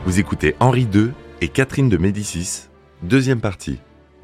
Vous écoutez Henri II et Catherine de Médicis, deuxième partie.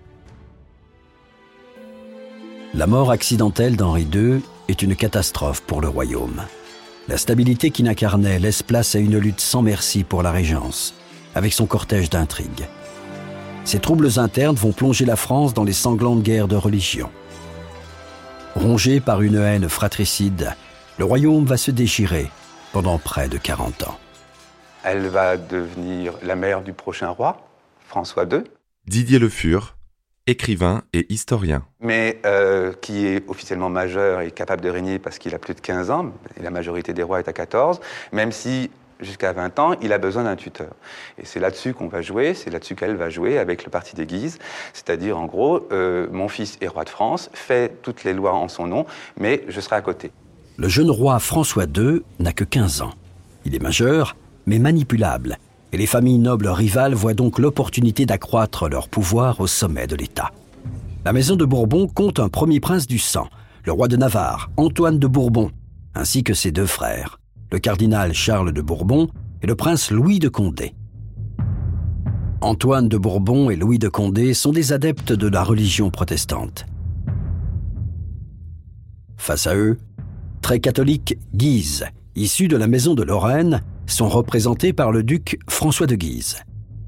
La mort accidentelle d'Henri II est une catastrophe pour le royaume. La stabilité qu'il incarnait laisse place à une lutte sans merci pour la régence, avec son cortège d'intrigues. Ces troubles internes vont plonger la France dans les sanglantes guerres de religion. Rongé par une haine fratricide, le royaume va se déchirer pendant près de 40 ans. Elle va devenir la mère du prochain roi, François II. Didier Le Fur, écrivain et historien. Mais qui est officiellement majeur et capable de régner parce qu'il a plus de 15 ans, et la majorité des rois est à 14, même si jusqu'à 20 ans, il a besoin d'un tuteur. Et c'est là-dessus qu'on va jouer, c'est là-dessus qu'elle va jouer avec le parti des Guises, c'est-à-dire en gros, mon fils est roi de France, fait toutes les lois en son nom, mais je serai à côté. Le jeune roi François II n'a que 15 ans. Il est majeur, mais manipulable, et les familles nobles rivales voient donc l'opportunité d'accroître leur pouvoir au sommet de l'État. La maison de Bourbon compte un premier prince du sang, le roi de Navarre, Antoine de Bourbon, ainsi que ses deux frères, le cardinal Charles de Bourbon et le prince Louis de Condé. Antoine de Bourbon et Louis de Condé sont des adeptes de la religion protestante. Face à eux, très catholiques Guises, issus de la maison de Lorraine, sont représentés par le duc François de Guise.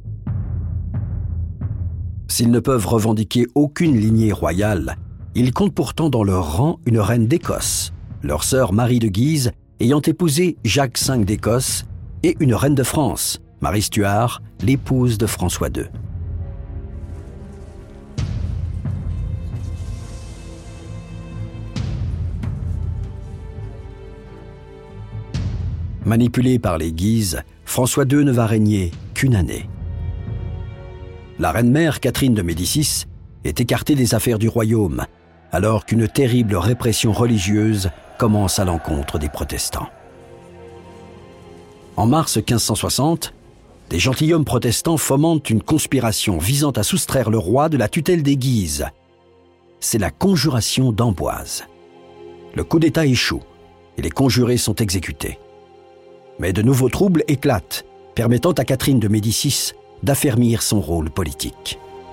S'ils ne peuvent revendiquer aucune lignée royale, ils comptent pourtant dans leur rang une reine d'Écosse, leur sœur Marie de Guise ayant épousé Jacques V d'Écosse, et une reine de France, Marie Stuart, l'épouse de François II. Manipulé par les Guises, François II ne va régner qu'une année. La reine-mère Catherine de Médicis est écartée des affaires du royaume, alors qu'une terrible répression religieuse commence à l'encontre des protestants. En mars 1560, des gentilshommes protestants fomentent une conspiration visant à soustraire le roi de la tutelle des Guises. C'est la conjuration d'Amboise. Le coup d'État échoue et les conjurés sont exécutés. Mais de nouveaux troubles éclatent, permettant à Catherine de Médicis d'affermir son rôle politique.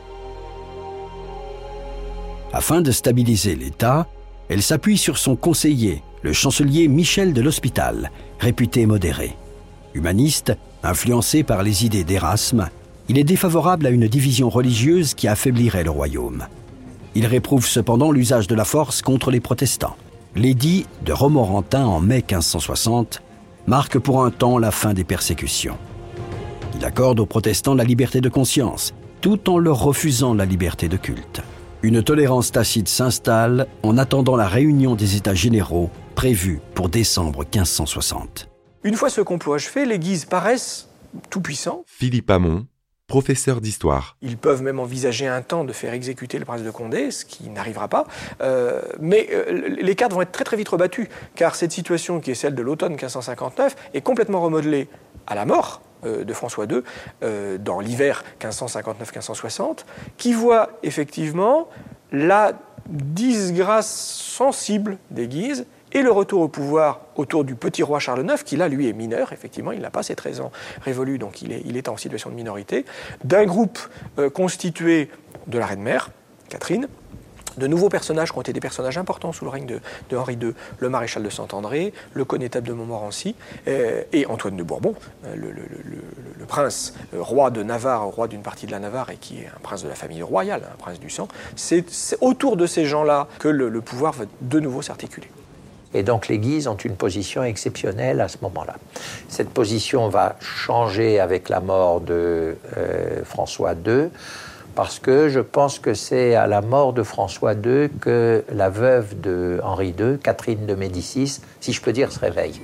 Afin de stabiliser l'État, elle s'appuie sur son conseiller, le chancelier Michel de l'Hospital, réputé modéré. Humaniste, influencé par les idées d'Érasme, il est défavorable à une division religieuse qui affaiblirait le royaume. Il réprouve cependant l'usage de la force contre les protestants. L'édit de Romorantin en mai 1560 marque pour un temps la fin des persécutions. Il accorde aux protestants la liberté de conscience, tout en leur refusant la liberté de culte. Une tolérance tacite s'installe en attendant la réunion des États généraux prévue pour décembre 1560. Une fois ce complot achevé, les Guises paraissent tout-puissants. Philippe Hamon, professeur d'histoire. Ils peuvent même envisager un temps de faire exécuter le prince de Condé, ce qui n'arrivera pas. Mais les cartes vont être très très vite rebattues, car cette situation qui est celle de l'automne 1559 est complètement remodelée à la mort de François II dans l'hiver 1559-1560, qui voit effectivement la disgrâce sensible des Guises et le retour au pouvoir autour du petit roi Charles IX, qui là, lui, est mineur, effectivement, il n'a pas ses 13 ans révolus, donc il est en situation de minorité, d'un groupe constitué de la reine-mère, Catherine, de nouveaux personnages qui ont été des personnages importants sous le règne de Henri II, le maréchal de Saint-André, le connétable de Montmorency, et Antoine de Bourbon, le prince roi de Navarre, roi d'une partie de la Navarre, et qui est un prince de la famille royale, un prince du sang. C'est autour de ces gens-là que le pouvoir va de nouveau s'articuler. Et donc les Guises ont une position exceptionnelle à ce moment-là. Cette position va changer avec la mort de François II, parce que je pense que c'est à la mort de François II que la veuve de Henri II, Catherine de Médicis, si je peux dire, se réveille.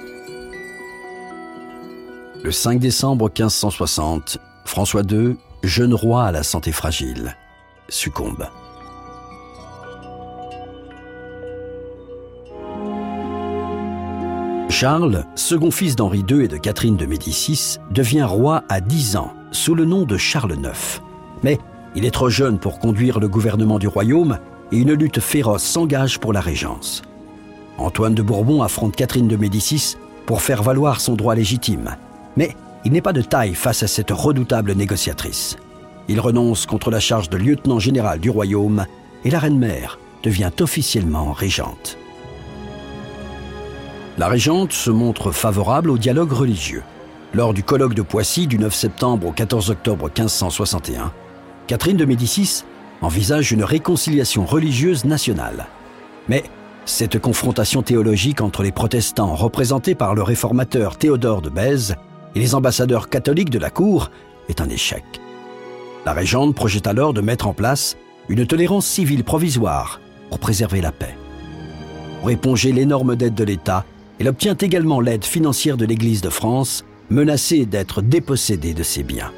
Le 5 décembre 1560, François II, jeune roi à la santé fragile, succombe. Charles, second fils d'Henri II et de Catherine de Médicis, devient roi à 10 ans, sous le nom de Charles IX. Mais il est trop jeune pour conduire le gouvernement du royaume et une lutte féroce s'engage pour la régence. Antoine de Bourbon affronte Catherine de Médicis pour faire valoir son droit légitime. Mais il n'est pas de taille face à cette redoutable négociatrice. Il renonce contre la charge de lieutenant général du royaume et la reine-mère devient officiellement régente. La régente se montre favorable au dialogue religieux. Lors du colloque de Poissy du 9 septembre au 14 octobre 1561, Catherine de Médicis envisage une réconciliation religieuse nationale. Mais cette confrontation théologique entre les protestants représentés par le réformateur Théodore de Bèze et les ambassadeurs catholiques de la cour est un échec. La régente projette alors de mettre en place une tolérance civile provisoire pour préserver la paix. Pour éponger l'énorme dette de l'État, elle obtient également l'aide financière de l'Église de France, menacée d'être dépossédée de ses biens.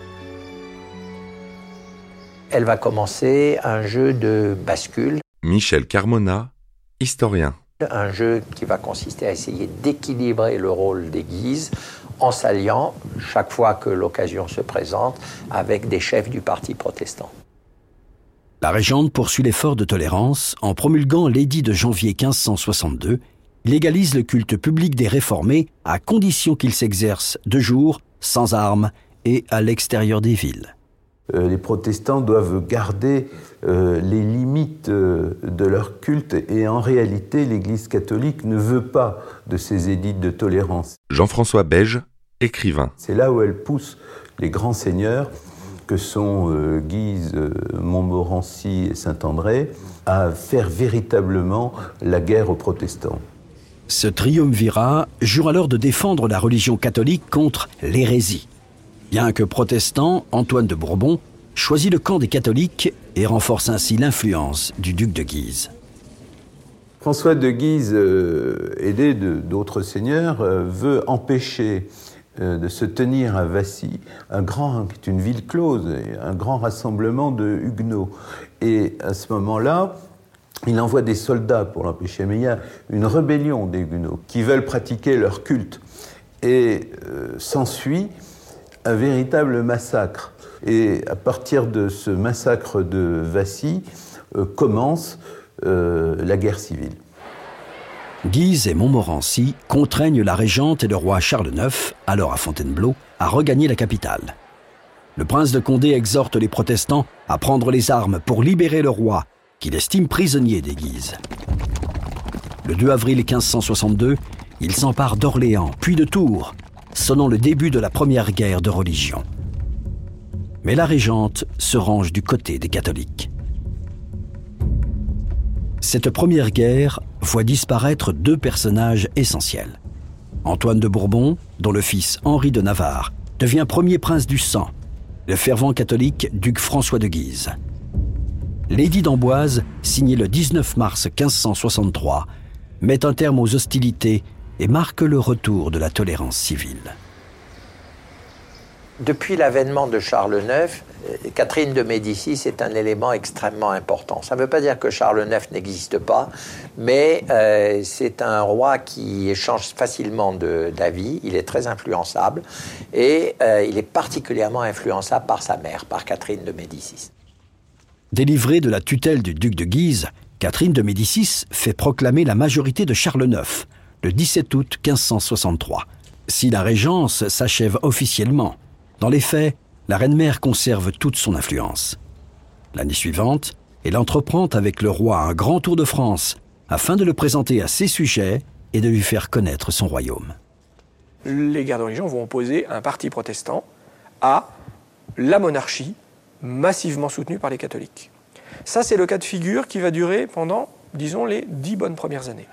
Elle va commencer un jeu de bascule. Michel Carmona, historien. Un jeu qui va consister à essayer d'équilibrer le rôle des Guises en s'alliant, chaque fois que l'occasion se présente, avec des chefs du parti protestant. La régente poursuit l'effort de tolérance en promulguant l'édit de janvier 1562. Il légalise le culte public des réformés à condition qu'il s'exerce de jour, sans armes et à l'extérieur des villes. Les protestants doivent garder les limites de leur culte et en réalité, l'Église catholique ne veut pas de ces édits de tolérance. Jean-François Beige, écrivain. C'est là où elle pousse les grands seigneurs, que sont Guise, Montmorency et Saint-André, à faire véritablement la guerre aux protestants. Ce triumvirat jure alors de défendre la religion catholique contre l'hérésie. Bien que protestant, Antoine de Bourbon choisit le camp des catholiques et renforce ainsi l'influence du duc de Guise. François de Guise, aidé d'autres seigneurs, veut empêcher de se tenir à Vassy, qui est une ville close, un grand rassemblement de Huguenots. Et à ce moment-là, il envoie des soldats pour l'empêcher. Mais il y a une rébellion des Huguenots qui veulent pratiquer leur culte. Et s'ensuit un véritable massacre. Et à partir de ce massacre de Vassy, commence la guerre civile. Guise et Montmorency contraignent la régente et le roi Charles IX, alors à Fontainebleau, à regagner la capitale. Le prince de Condé exhorte les protestants à prendre les armes pour libérer le roi, qu'il estime prisonnier des Guises. Le 2 avril 1562, il s'empare d'Orléans, puis de Tours, sonnant le début de la première guerre de religion. Mais la régente se range du côté des catholiques. Cette première guerre voit disparaître deux personnages essentiels. Antoine de Bourbon, dont le fils Henri de Navarre devient premier prince du sang, le fervent catholique duc François de Guise. L'édit d'Amboise, signé le 19 mars 1563, met un terme aux hostilités et marque le retour de la tolérance civile. Depuis l'avènement de Charles IX, Catherine de Médicis est un élément extrêmement important. Ça ne veut pas dire que Charles IX n'existe pas, mais c'est un roi qui échange facilement d'avis, il est très influençable, et il est particulièrement influençable par sa mère, par Catherine de Médicis. Délivrée de la tutelle du duc de Guise, Catherine de Médicis fait proclamer la majorité de Charles IX, le 17 août 1563. Si la régence s'achève officiellement, dans les faits, la reine-mère conserve toute son influence. L'année suivante, elle entreprend avec le roi un grand tour de France afin de le présenter à ses sujets et de lui faire connaître son royaume. Les guerres de religion vont opposer un parti protestant à la monarchie massivement soutenue par les catholiques. Ça, c'est le cas de figure qui va durer pendant, disons, les 10 bonnes premières années.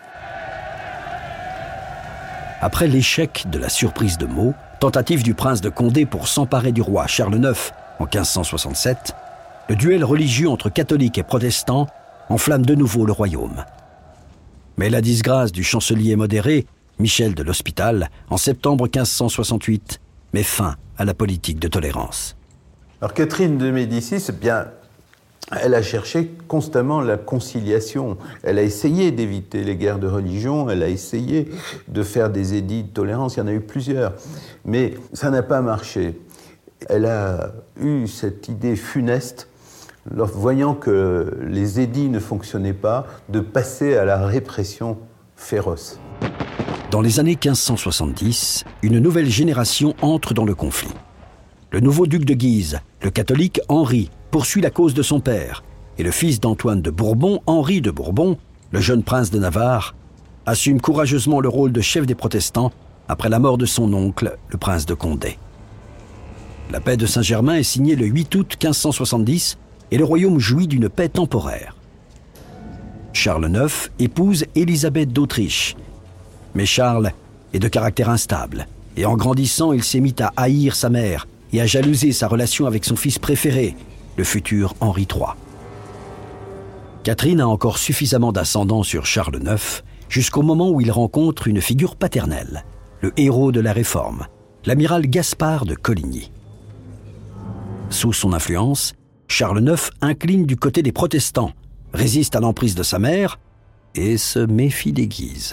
Après l'échec de la surprise de Meaux, tentative du prince de Condé pour s'emparer du roi Charles IX en 1567, le duel religieux entre catholiques et protestants enflamme de nouveau le royaume. Mais la disgrâce du chancelier modéré, Michel de l'Hospital, en septembre 1568, met fin à la politique de tolérance. Alors Catherine de Médicis, elle a cherché constamment la conciliation. Elle a essayé d'éviter les guerres de religion, elle a essayé de faire des édits de tolérance, il y en a eu plusieurs. Mais ça n'a pas marché. Elle a eu cette idée funeste, voyant que les édits ne fonctionnaient pas, de passer à la répression féroce. Dans les années 1570, une nouvelle génération entre dans le conflit. Le nouveau duc de Guise, le catholique Henri, poursuit la cause de son père, et le fils d'Antoine de Bourbon, Henri de Bourbon, le jeune prince de Navarre, assume courageusement le rôle de chef des protestants après la mort de son oncle, le prince de Condé. La paix de Saint-Germain est signée le 8 août 1570 et le royaume jouit d'une paix temporaire. Charles IX épouse Élisabeth d'Autriche, mais Charles est de caractère instable et en grandissant, il s'est mis à haïr sa mère et à jalouser sa relation avec son fils préféré, le futur Henri III. Catherine a encore suffisamment d'ascendant sur Charles IX jusqu'au moment où il rencontre une figure paternelle, le héros de la Réforme, l'amiral Gaspard de Coligny. Sous son influence, Charles IX incline du côté des protestants, résiste à l'emprise de sa mère et se méfie des Guises.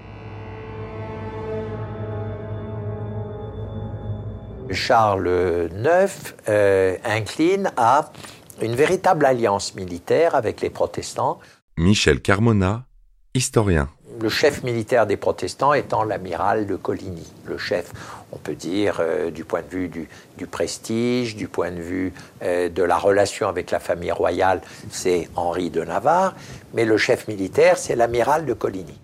Charles IX incline à une véritable alliance militaire avec les protestants. Michel Carmona, historien. Le chef militaire des protestants étant l'amiral de Coligny. Le chef, on peut dire, du point de vue du prestige, du point de vue de la relation avec la famille royale, c'est Henri de Navarre, mais le chef militaire, c'est l'amiral de Coligny.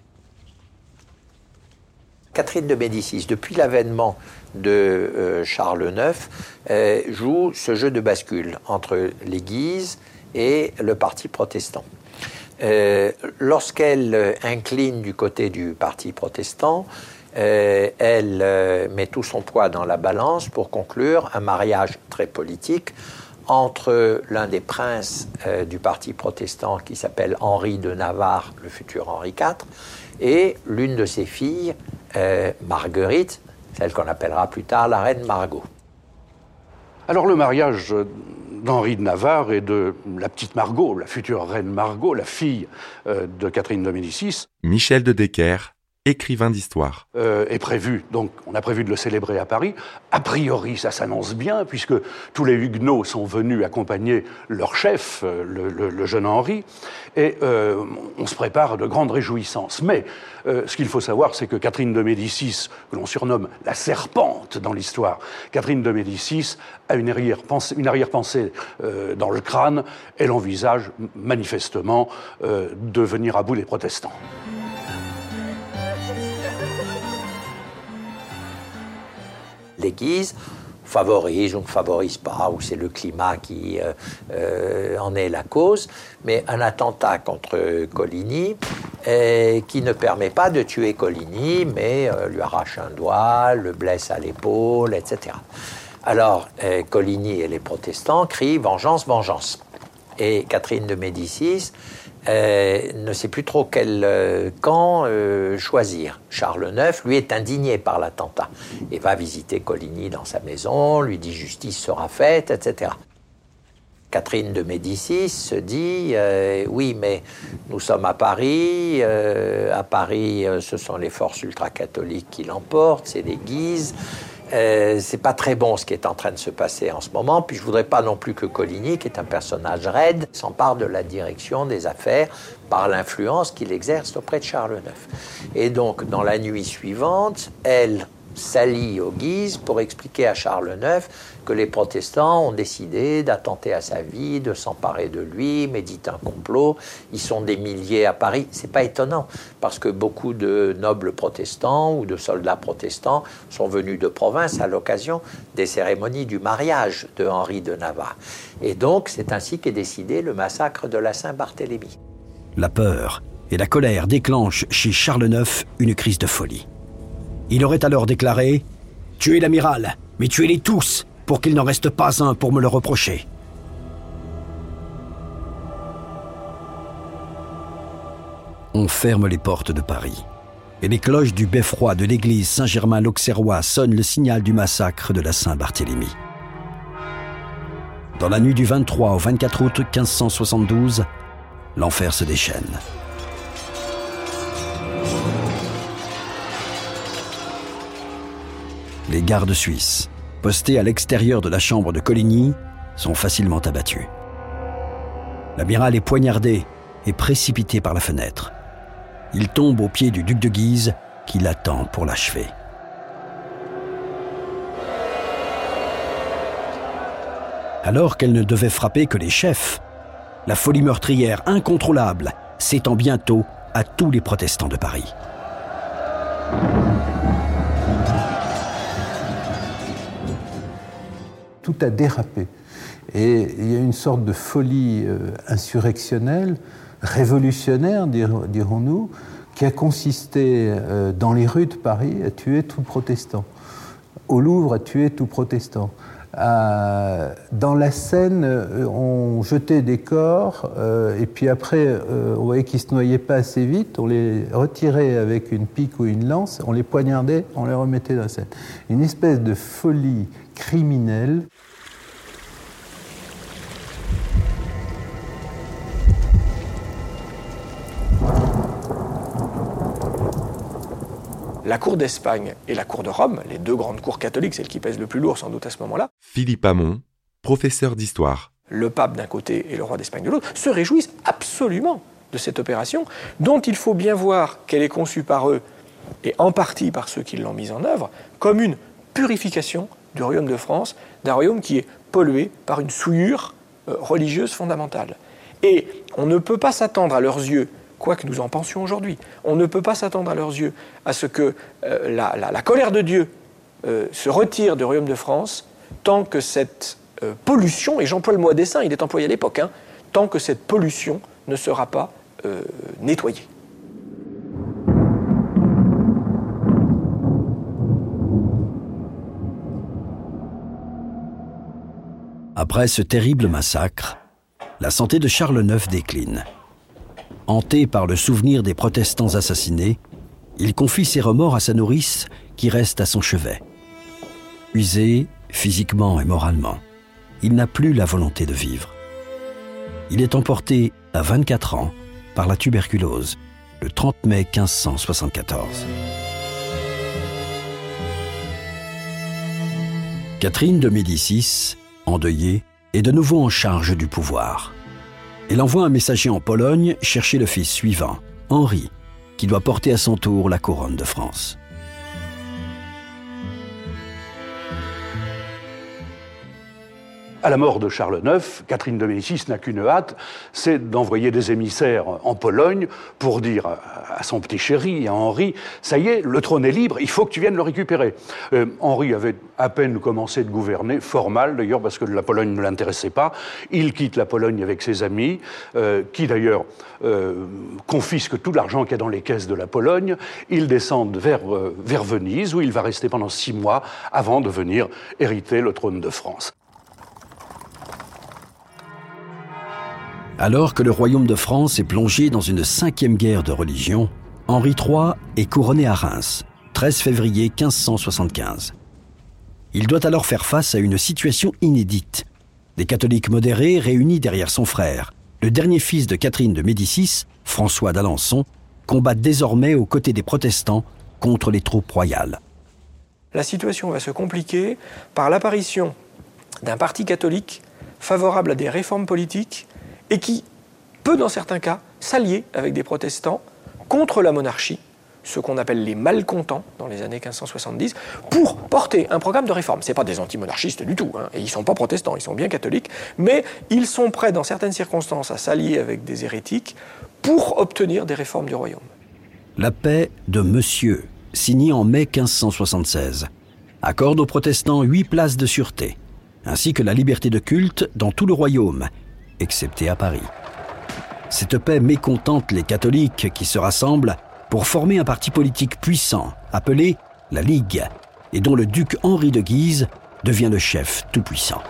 Catherine de Médicis, depuis l'avènement de Charles IX, joue ce jeu de bascule entre les Guises et le parti protestant. Lorsqu'elle incline du côté du parti protestant, elle met tout son poids dans la balance pour conclure un mariage très politique entre l'un des princes du parti protestant qui s'appelle Henri de Navarre, le futur Henri IV, et l'une de ses filles, Marguerite, celle qu'on appellera plus tard la reine Margot. Alors le mariage d'Henri de Navarre et de la petite Margot, la future reine Margot, la fille de Catherine de Médicis. Michel de Decker, écrivain d'histoire. Est prévu, donc on a prévu de le célébrer à Paris. A priori, ça s'annonce bien, puisque tous les Huguenots sont venus accompagner leur chef, le jeune Henri, et on se prépare à de grandes réjouissances. Mais ce qu'il faut savoir, c'est que Catherine de Médicis, que l'on surnomme la serpente dans l'histoire, Catherine de Médicis a une arrière-pensée dans le crâne. Elle envisage manifestement de venir à bout des protestants. Les Guises favorisent ou ne favorisent pas, ou c'est le climat qui en est la cause, mais un attentat contre Coligny qui ne permet pas de tuer Coligny, mais lui arrache un doigt, le blesse à l'épaule, etc. Alors Coligny et les protestants crient « vengeance, vengeance ». Et Catherine de Médicis ne sait plus trop quel camp choisir. Charles IX, lui, est indigné par l'attentat et va visiter Coligny dans sa maison, lui dit « justice sera faite », etc. Catherine de Médicis se dit oui, mais nous sommes à Paris. À Paris, ce sont les forces ultra-catholiques qui l'emportent, c'est les Guises. C'est pas très bon ce qui est en train de se passer en ce moment. Puis je voudrais pas non plus que Coligny, qui est un personnage raide, s'empare de la direction des affaires par l'influence qu'il exerce auprès de Charles IX. Et donc, dans la nuit suivante, elle s'allie aux Guises pour expliquer à Charles IX que les protestants ont décidé d'attenter à sa vie, de s'emparer de lui, méditent un complot. Ils sont des milliers à Paris. C'est pas étonnant, parce que beaucoup de nobles protestants ou de soldats protestants sont venus de province à l'occasion des cérémonies du mariage de Henri de Navarre. Et donc, c'est ainsi qu'est décidé le massacre de la Saint-Barthélemy. La peur et la colère déclenchent chez Charles IX une crise de folie. Il aurait alors déclaré « Tuez l'amiral, mais tuez-les tous, pour qu'il n'en reste pas un pour me le reprocher. » On ferme les portes de Paris, et les cloches du beffroi de l'église Saint-Germain-l'Auxerrois sonnent le signal du massacre de la Saint-Barthélemy. Dans la nuit du 23 au 24 août 1572, l'enfer se déchaîne. Les gardes suisses, postés à l'extérieur de la chambre de Coligny, sont facilement abattus. L'amiral est poignardé et précipité par la fenêtre. Il tombe aux pieds du duc de Guise, qui l'attend pour l'achever. Alors qu'elle ne devait frapper que les chefs, la folie meurtrière incontrôlable s'étend bientôt à tous les protestants de Paris. Tout a dérapé. Et il y a une sorte de folie insurrectionnelle, révolutionnaire, dirons-nous, qui a consisté dans les rues de Paris à tuer tout protestant, au Louvre à tuer tout protestant. Dans la Seine, on jetait des corps et puis après, on voyait qu'ils ne se noyaient pas assez vite, on les retirait avec une pique ou une lance, on les poignardait, on les remettait dans la Seine. Une espèce de folie criminelle. La cour d'Espagne et la cour de Rome, les deux grandes cours catholiques, celles qui pèsent le plus lourd sans doute à ce moment-là, Philippe Hamon, professeur d'histoire. Le pape d'un côté et le roi d'Espagne de l'autre, se réjouissent absolument de cette opération, dont il faut bien voir qu'elle est conçue par eux, et en partie par ceux qui l'ont mise en œuvre, comme une purification du royaume de France, d'un royaume qui est pollué par une souillure religieuse fondamentale. Et on ne peut pas s'attendre à leurs yeux, quoi que nous en pensions aujourd'hui, on ne peut pas s'attendre à leurs yeux à ce que la colère de Dieu se retire du royaume de France tant que cette pollution, et j'emploie le mot à dessein, il est employé à l'époque, tant que cette pollution ne sera pas nettoyée. Après ce terrible massacre, la santé de Charles IX décline. Hanté par le souvenir des protestants assassinés, il confie ses remords à sa nourrice qui reste à son chevet. Usé physiquement et moralement, il n'a plus la volonté de vivre. Il est emporté à 24 ans par la tuberculose le 30 mai 1574. Catherine de Médicis, endeuillée, est de nouveau en charge du pouvoir. Elle envoie un messager en Pologne chercher le fils suivant, Henri, qui doit porter à son tour la couronne de France. À la mort de Charles IX, Catherine de Médicis n'a qu'une hâte, c'est d'envoyer des émissaires en Pologne pour dire à son petit chéri, à Henri, ça y est, le trône est libre, il faut que tu viennes le récupérer. Henri avait à peine commencé de gouverner, fort mal d'ailleurs, parce que la Pologne ne l'intéressait pas. Il quitte la Pologne avec ses amis, qui d'ailleurs confisquent tout l'argent qu'il y a dans les caisses de la Pologne. Ils descendent vers Venise, où il va rester pendant 6 mois avant de venir hériter le trône de France. Alors que le royaume de France est plongé dans une 5e guerre de religion, Henri III est couronné à Reims, 13 février 1575. Il doit alors faire face à une situation inédite. Des catholiques modérés réunis derrière son frère, le dernier fils de Catherine de Médicis, François d'Alençon, combattent désormais aux côtés des protestants contre les troupes royales. La situation va se compliquer par l'apparition d'un parti catholique favorable à des réformes politiques et qui peut, dans certains cas, s'allier avec des protestants contre la monarchie, ce qu'on appelle les malcontents dans les années 1570, pour porter un programme de réforme. Ce n'est pas des antimonarchistes du tout, et ils ne sont pas protestants, ils sont bien catholiques, mais ils sont prêts, dans certaines circonstances, à s'allier avec des hérétiques pour obtenir des réformes du royaume. La paix de Monsieur, signée en mai 1576, accorde aux protestants 8 places de sûreté, ainsi que la liberté de culte dans tout le royaume, excepté à Paris. Cette paix mécontente les catholiques qui se rassemblent pour former un parti politique puissant appelé la Ligue et dont le duc Henri de Guise devient le chef tout-puissant.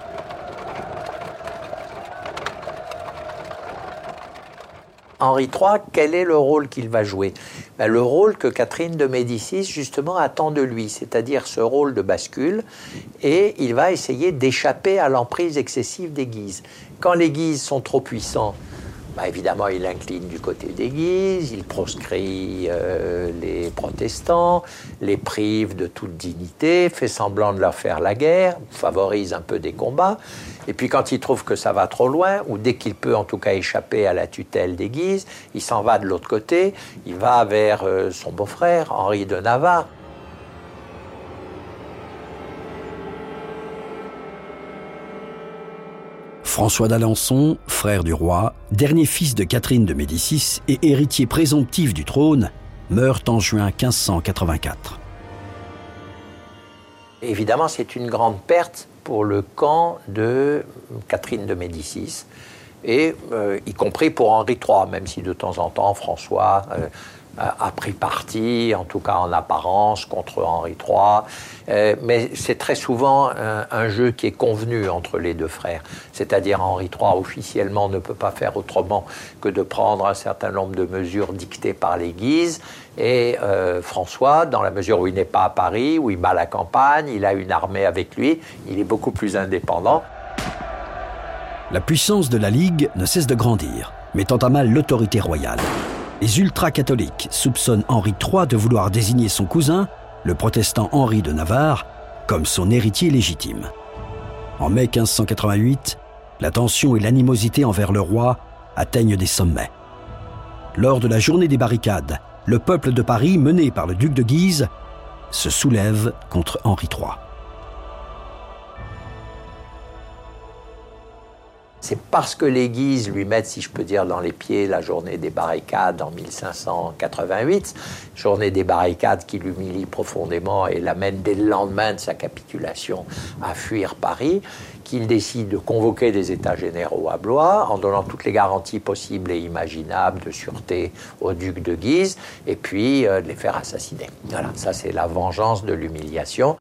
Henri III, quel est le rôle qu'il va jouer ? Le rôle que Catherine de Médicis, justement, attend de lui, c'est-à-dire ce rôle de bascule, et il va essayer d'échapper à l'emprise excessive des Guises. Quand les Guises sont trop puissants, Évidemment, il incline du côté des Guises, il proscrit les protestants, les prive de toute dignité, fait semblant de leur faire la guerre, favorise un peu des combats. Et puis quand il trouve que ça va trop loin, ou dès qu'il peut en tout cas échapper à la tutelle des Guises, il s'en va de l'autre côté, il va vers son beau-frère, Henri de Navarre. François d'Alençon, frère du roi, dernier fils de Catherine de Médicis et héritier présomptif du trône, meurt en juin 1584. Évidemment, c'est une grande perte pour le camp de Catherine de Médicis, et y compris pour Henri III, même si de temps en temps François a pris parti, en tout cas en apparence, contre Henri III. Mais c'est très souvent un jeu qui est convenu entre les deux frères. C'est-à-dire Henri III, officiellement, ne peut pas faire autrement que de prendre un certain nombre de mesures dictées par les Guises. Et François, dans la mesure où il n'est pas à Paris, où il bat la campagne, il a une armée avec lui, il est beaucoup plus indépendant. La puissance de la Ligue ne cesse de grandir, mettant à mal l'autorité royale. Les ultra-catholiques soupçonnent Henri III de vouloir désigner son cousin, le protestant Henri de Navarre, comme son héritier légitime. En mai 1588, la tension et l'animosité envers le roi atteignent des sommets. Lors de la journée des barricades, le peuple de Paris, mené par le duc de Guise, se soulève contre Henri III. C'est parce que les Guises lui mettent, si je peux dire, dans les pieds la journée des barricades en 1588, journée des barricades qui l'humilie profondément et l'amène dès le lendemain de sa capitulation à fuir Paris, qu'il décide de convoquer des États généraux à Blois en donnant toutes les garanties possibles et imaginables de sûreté au duc de Guise et puis de les faire assassiner. Voilà, ça c'est la vengeance de l'humiliation.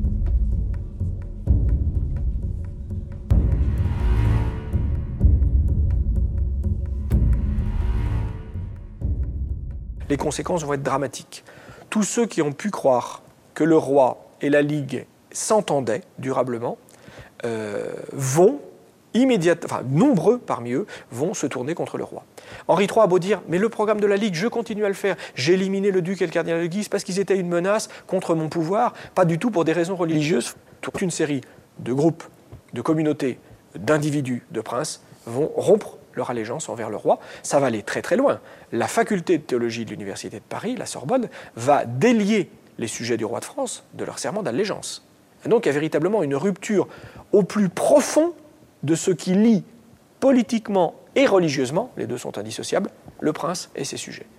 Les conséquences vont être dramatiques. Tous ceux qui ont pu croire que le roi et la Ligue s'entendaient durablement vont immédiatement, nombreux parmi eux, vont se tourner contre le roi. Henri III a beau dire « mais le programme de la Ligue, je continue à le faire. J'ai éliminé le duc et le cardinal de Guise parce qu'ils étaient une menace contre mon pouvoir, pas du tout pour des raisons religieuses. » Toute une série de groupes, de communautés, d'individus, de princes vont rompre leur allégeance envers le roi. Ça va aller très très loin. La faculté de théologie de l'Université de Paris, la Sorbonne, va délier les sujets du roi de France de leur serment d'allégeance. Et donc il y a véritablement une rupture au plus profond de ce qui lie politiquement et religieusement, les deux sont indissociables, le prince et ses sujets.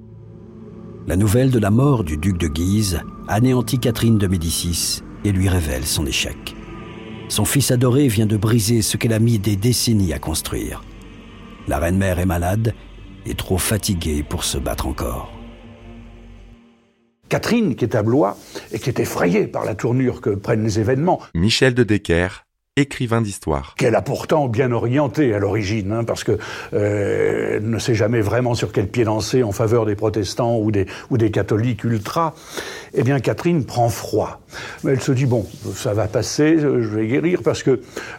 La nouvelle de la mort du duc de Guise anéantit Catherine de Médicis et lui révèle son échec. Son fils adoré vient de briser ce qu'elle a mis des décennies à construire. La reine-mère est malade et trop fatiguée pour se battre encore. Catherine, qui est à Blois et qui est effrayée par la tournure que prennent les événements. Michel de Decker, écrivain d'histoire. Qu'elle a pourtant bien orienté à l'origine, parce que elle ne sait jamais vraiment sur quel pied danser en faveur des protestants ou des catholiques ultra. Eh bien, Catherine prend froid. Mais elle se dit, bon, ça va passer, je vais guérir, parce que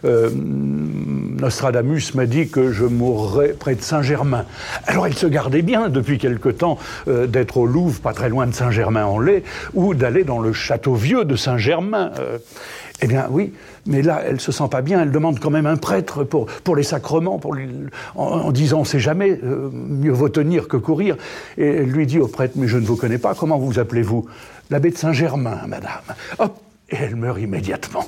Nostradamus m'a dit que je mourrais près de Saint-Germain. Alors elle se gardait bien, depuis quelque temps, d'être au Louvre, pas très loin de Saint-Germain-en-Laye, ou d'aller dans le château vieux de Saint-Germain. Eh bien, oui, mais là, elle se sent pas bien. Elle demande quand même un prêtre pour les sacrements, en disant, on sait jamais, mieux vaut tenir que courir. Et elle lui dit au prêtre, mais je ne vous connais pas, comment vous appelez-vous ? L'abbé de Saint-Germain, madame. Hop, et elle meurt immédiatement.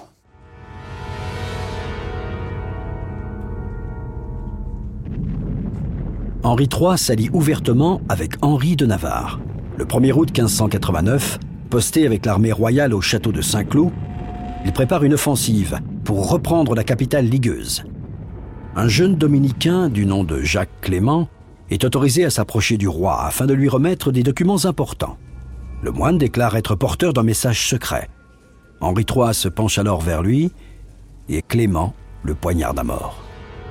Henri III s'allie ouvertement avec Henri de Navarre. Le 1er août 1589, posté avec l'armée royale au château de Saint-Cloud, il prépare une offensive pour reprendre la capitale ligueuse. Un jeune dominicain du nom de Jacques Clément est autorisé à s'approcher du roi afin de lui remettre des documents importants. Le moine déclare être porteur d'un message secret. Henri III se penche alors vers lui et Clément le poignarde à mort.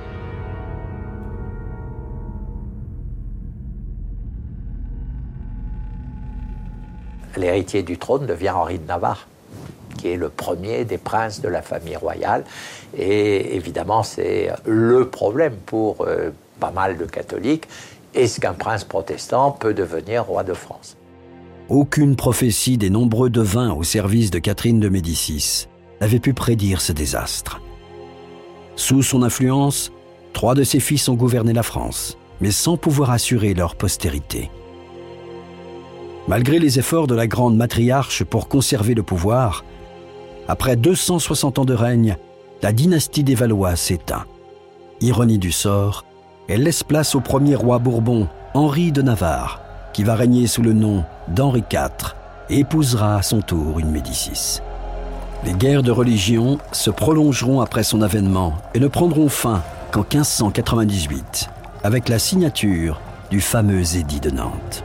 L'héritier du trône devient Henri de Navarre, qui est le premier des princes de la famille royale. Et évidemment, c'est le problème pour pas mal de catholiques. Est-ce qu'un prince protestant peut devenir roi de France ? Aucune prophétie des nombreux devins au service de Catherine de Médicis n'avait pu prédire ce désastre. Sous son influence, 3 de ses fils ont gouverné la France, mais sans pouvoir assurer leur postérité. Malgré les efforts de la grande matriarche pour conserver le pouvoir, après 260 ans de règne, la dynastie des Valois s'éteint. Ironie du sort, elle laisse place au premier roi Bourbon, Henri de Navarre, qui va régner sous le nom d'Henri IV et épousera à son tour une Médicis. Les guerres de religion se prolongeront après son avènement et ne prendront fin qu'en 1598, avec la signature du fameux édit de Nantes.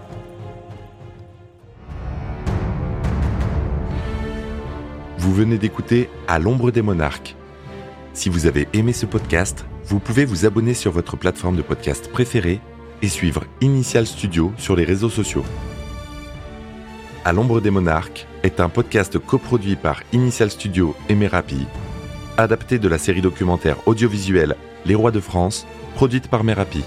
Vous venez d'écouter À l'ombre des monarques. Si vous avez aimé ce podcast, vous pouvez vous abonner sur votre plateforme de podcast préférée et suivre Initial Studio sur les réseaux sociaux. À l'ombre des monarques est un podcast coproduit par Initial Studio et Merapi, adapté de la série documentaire audiovisuelle Les Rois de France, produite par Merapi.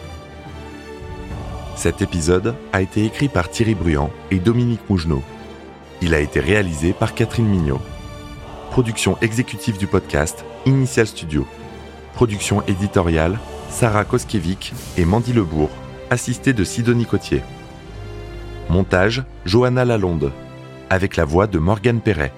Cet épisode a été écrit par Thierry Bruand et Dominique Mougenot. Il a été réalisé par Catherine Mignot. Production exécutive du podcast, Initial Studio. Production éditoriale, Sarah Koskiewicz et Mandy Lebourg, assistée de Sidonie Cotier. Montage, Johanna Lalonde, avec la voix de Morgane Perret.